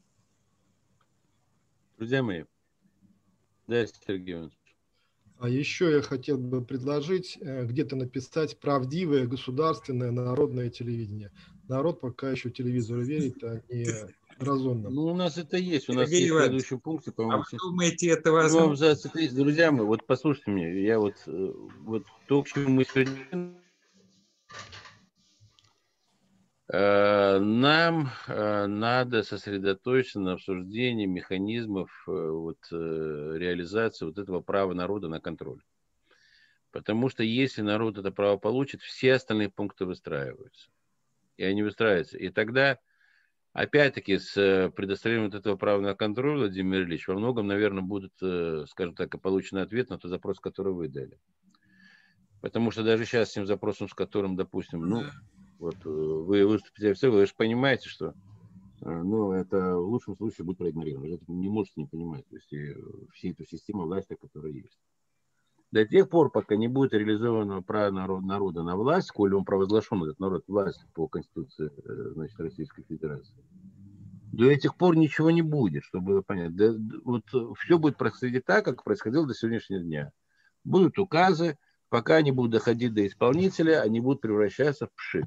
Друзья мои, да, Сергей Иванович. А еще я хотел бы предложить где-то написать правдивое государственное народное телевидение. Народ пока еще телевизору верит, а не разумно. Ну, у нас это есть. У нас Сергей есть в Иванович, следующем пункте, по-моему. А вы думаете, это возможно? Друзья мои, вот послушайте меня. Я вот, вот то, к чему мы сегодня... Нам надо сосредоточиться на обсуждении механизмов вот, реализации вот этого права народа на контроль. Потому что если народ это право получит, все остальные пункты выстраиваются. И они выстраиваются. И тогда, опять-таки, с предоставлением вот этого права на контроль, Владимир Ильич, во многом, наверное, будет, скажем так, и получен ответ на тот запрос, который вы дали. Потому что даже сейчас с тем запросом, с которым, допустим, ну, вот вы выступите офицер, вы же понимаете, что ну, это в лучшем случае будет проигнорировано. Вы это не можете не понимать. То есть всей эту систему власти, которая есть. До тех пор, пока не будет реализовано право народ, народа на власть, коли он провозглашен, этот народ, власть по Конституции, значит, Российской Федерации, до этих пор ничего не будет, чтобы было понятно. Да, вот все будет происходить так, как происходило до сегодняшнего дня. Будут указы, пока они будут доходить до исполнителя, они будут превращаться в пшик.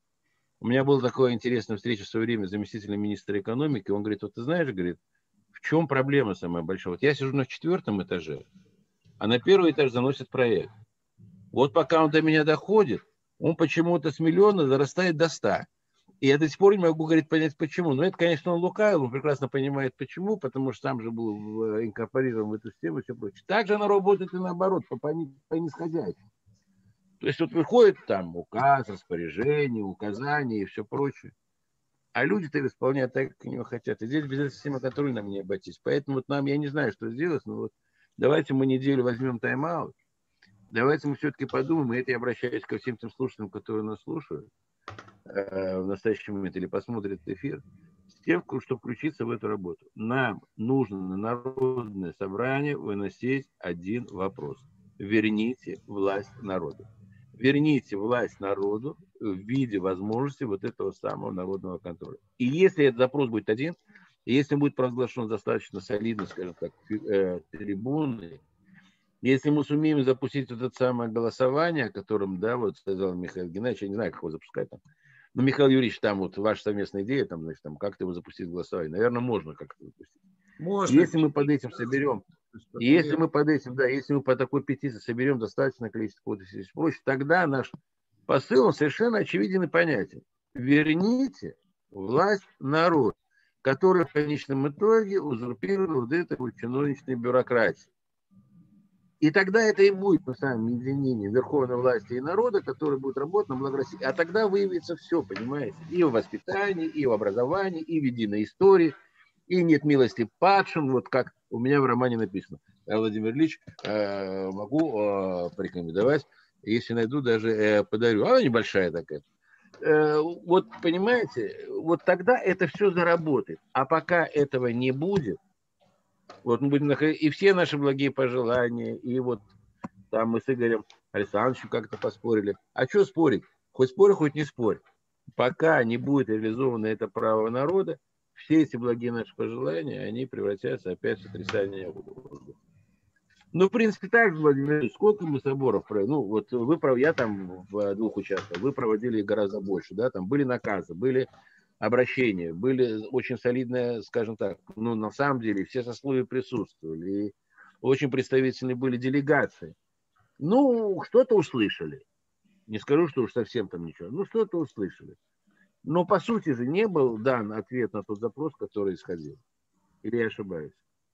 У меня была такая интересная встреча в свое время с заместителем министра экономики. Он говорит, вот ты знаешь, говорит, в чем проблема самая большая? Вот я сижу на четвертом этаже, а на первый этаж заносит проект. Вот пока он до меня доходит, он почему-то с миллиона зарастает до ста. И я до сих пор не могу, говорит, понять, почему. Но это, конечно, он лукавил, он прекрасно понимает, почему, потому что сам же был инкорпорирован в эту систему и все прочее. Так же она работает и наоборот, по, по нисходящей. То есть вот выходит там указ, распоряжение, указания и все прочее. А люди-то исполняют так, как они хотят. И здесь без этой системы контроля нам не обойтись. Поэтому вот нам, я не знаю, что сделать, но вот давайте мы неделю возьмем тайм-аут. Давайте мы все-таки подумаем, и это я обращаюсь ко всем тем слушателям, которые нас слушают э, в настоящий момент или посмотрят эфир, с тем, чтобы включиться в эту работу. Нам нужно на народное собрание выносить один вопрос. Верните власть народу. Верните власть народу в виде возможности вот этого самого народного контроля. И если этот запрос будет один, и если он будет провозглашен достаточно солидно, скажем так, э, трибуной, если мы сумеем запустить вот это самое голосование, о котором, да, вот сказал Михаил Геннадьевич, я не знаю, как его запускать там. Но, Михаил Юрьевич, там вот ваша совместная идея, там, значит, там, как-то его запустить в голосование. Наверное, можно как-то запустить. Можно. Если мы под этим соберем, если мы под этим, да, если мы по такой петиции соберем достаточное количество подписей и прочее, тогда наш посыл, он совершенно очевиден и понятен. Верните власть народу, который в конечном итоге узурпирует вот эту вот чиновничную бюрократию. И тогда это и будет, на самом деле, единение верховной власти и народа, который будет работать на благо России. А тогда выявится все, понимаете? И в воспитании, и в образовании, и в единой истории, и нет милости падшим, вот как у меня в романе написано. Я, Владимир Ильич, э, могу э, порекомендовать, если найду, даже э, подарю. Она небольшая такая. Э, вот, понимаете, вот тогда это все заработает. А пока этого не будет, вот мы будем находить, и все наши благие пожелания, и вот там мы с Игорем Александровичем как-то поспорили. А что спорить? Хоть спорь, хоть не спорь. Пока не будет реализовано это право народа, все эти благие наши пожелания, они превратятся опять в сотрясание воздуха. Ну, в принципе, так, Владимир Ильич, сколько мы соборов провели? Ну, вот вы, я там в двух участках, вы проводили гораздо больше, да, там были наказы, были обращения, были очень солидные, скажем так, ну, на самом деле, все сословия присутствовали, и очень представительные были делегации. Ну, что-то услышали. Не скажу, что уж совсем там ничего, ну, что-то услышали. Но, по сути же, не был дан ответ на тот запрос, который исходил. Или я ошибаюсь?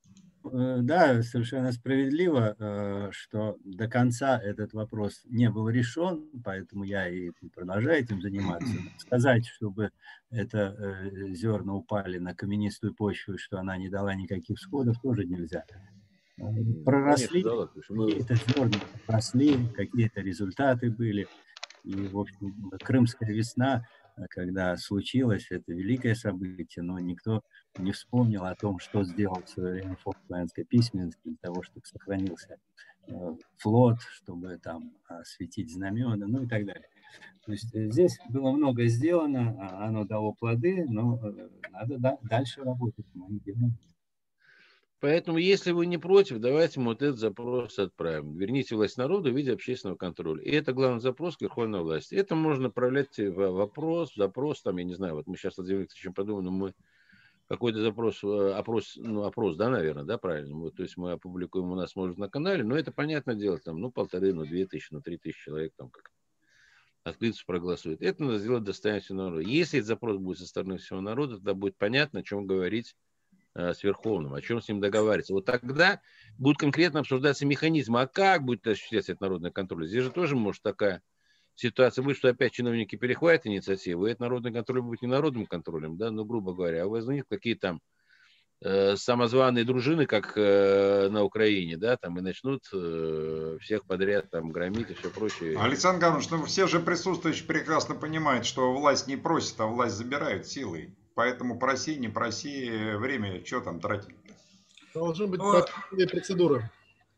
Да, совершенно справедливо, что до конца этот вопрос не был решен, поэтому я и продолжаю этим заниматься. Сказать, чтобы это зерна упали на каменистую почву, что она не дала никаких всходов, тоже нельзя. Проросли, какие-то зерна росли, какие-то результаты были. И, в общем, Крымская весна, когда случилось это великое событие, но никто не вспомнил о том, что сделал в свое время фонд славянской письменности для того, чтобы сохранился флот, чтобы там осветить знамена, ну и так далее. То есть здесь было многое сделано, оно дало плоды, но надо дальше работать, мы не делаем. Поэтому, если вы не против, давайте мы вот этот запрос отправим. Верните власть народу в виде общественного контроля. И это главный запрос к верховной власти. Это можно направлять в вопрос, запрос, там, я не знаю, вот мы сейчас с Владимиром Викторовичем подумаем, но мы какой-то запрос, опрос, ну, опрос, да, наверное, да, правильно? Вот, то есть мы опубликуем у нас, может, на канале, но это понятно дело, там, ну, полторы, ну, две тысячи, ну, три тысячи человек там как открыто проголосует. Это надо сделать достояние всего народа. Если этот запрос будет со стороны всего народа, тогда будет понятно, о чем говорить с Верховным, о чем с ним договариваться. Вот тогда будут конкретно обсуждаться механизмы, а как будет осуществляться этот народный контроль. Здесь же тоже может такая ситуация быть, что опять чиновники перехватят инициативу, и этот народный контроль будет не народным контролем, да, ну, грубо говоря, а возникнут какие там э, самозваные дружины, как э, на Украине, да, там и начнут э, всех подряд там громить и все прочее. Александр Гаврилович, ну все же присутствующие прекрасно понимают, что власть не просит, а власть забирают силой. Поэтому проси, не проси, время, что там тратить? Должны быть Но- прописанные процедуры.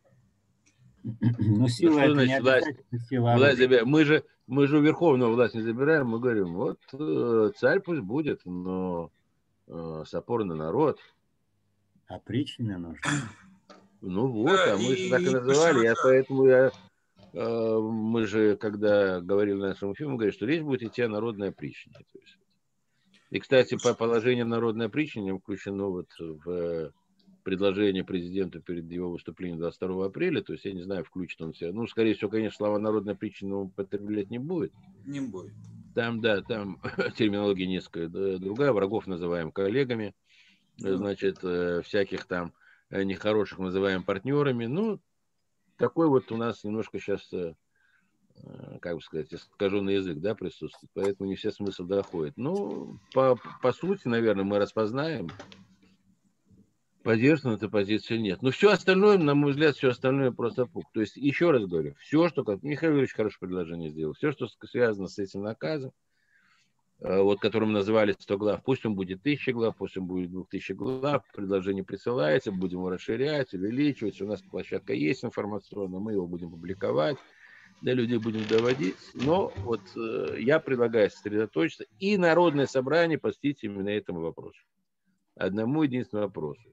Ну, сила что это значит не власть? обязательно сила Власть оружия. забираем. Мы же, мы же у Верховного власть не забираем, мы говорим, вот э, царь пусть будет, но э, с опорой на народ. Опричнина нужна. Ну вот, Да, а мы же и- так и и называли, я Пашина. поэтому я, э, мы же, когда говорили на нашем фильме, говорили, что речь будет идти о народной опричнине. То есть. И, кстати, по положению народной опричнины включено вот в предложение президенту перед его выступлением двадцать второго апреля, то есть я не знаю, включит он себя. Ну, скорее всего, конечно, слова народная причина он употреблять не будет. Не будет. Там, да, там терминология несколько другая, врагов называем коллегами, значит, всяких там нехороших называем партнерами. Ну, такой вот у нас немножко сейчас, как бы сказать, искаженный язык, да, присутствует, поэтому не все смысл доходит. Ну, по, по сути, наверное, мы распознаем, поддержана эта позиция нет. Но все остальное, на мой взгляд, все остальное просто пук. То есть, еще раз говорю, все, что, как Михаил Юрьевич хорошее предложение сделал, все, что связано с этим наказом, вот, которым называли сто глав, пусть он будет тысяча глав, пусть он будет две тысячи глав, предложение присылается, будем его расширять, увеличивать, у нас площадка есть информационная, мы его будем публиковать, до людей будем доводить, но вот э, я предлагаю сосредоточиться и Народное собрание посвятить именно этому вопросу. Одному единственному вопросу.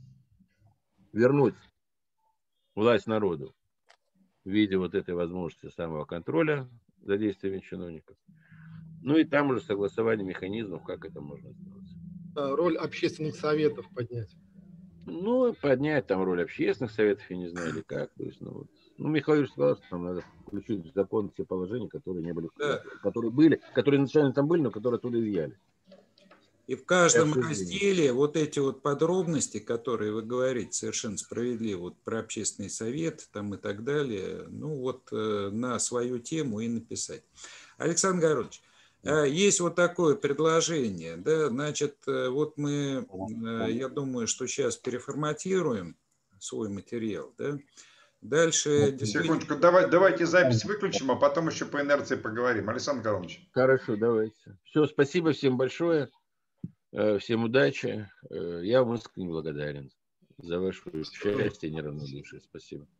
Вернуть власть народу в виде вот этой возможности самого контроля за действиями чиновников. Ну и там уже согласование механизмов, как это можно сделать. Роль общественных советов поднять. Ну, поднять там роль общественных советов, я не знаю, или как. То есть, ну, вот. Ну, Михаил Юрьевич сказал, что там надо включить в закон те положения, которые не были, Да. которые были, которые изначально там были, но которые оттуда изъяли. И в каждом Я разделе вот эти вот подробности, которые вы говорите, совершенно справедливо, вот про общественный совет там и так далее, ну вот э, на свою тему и написать. Александр Гаврилович, э, есть вот такое предложение, да, значит, э, вот мы, э, я думаю, что сейчас переформатируем свой материал, да, дальше действительно... Секундочку, давай, давайте запись выключим, а потом еще по инерции поговорим. Александр Гаврилович. Хорошо, давайте. Все, спасибо всем большое. Всем удачи. Я вам искренне благодарен за ваше счастье и неравнодушие. Спасибо.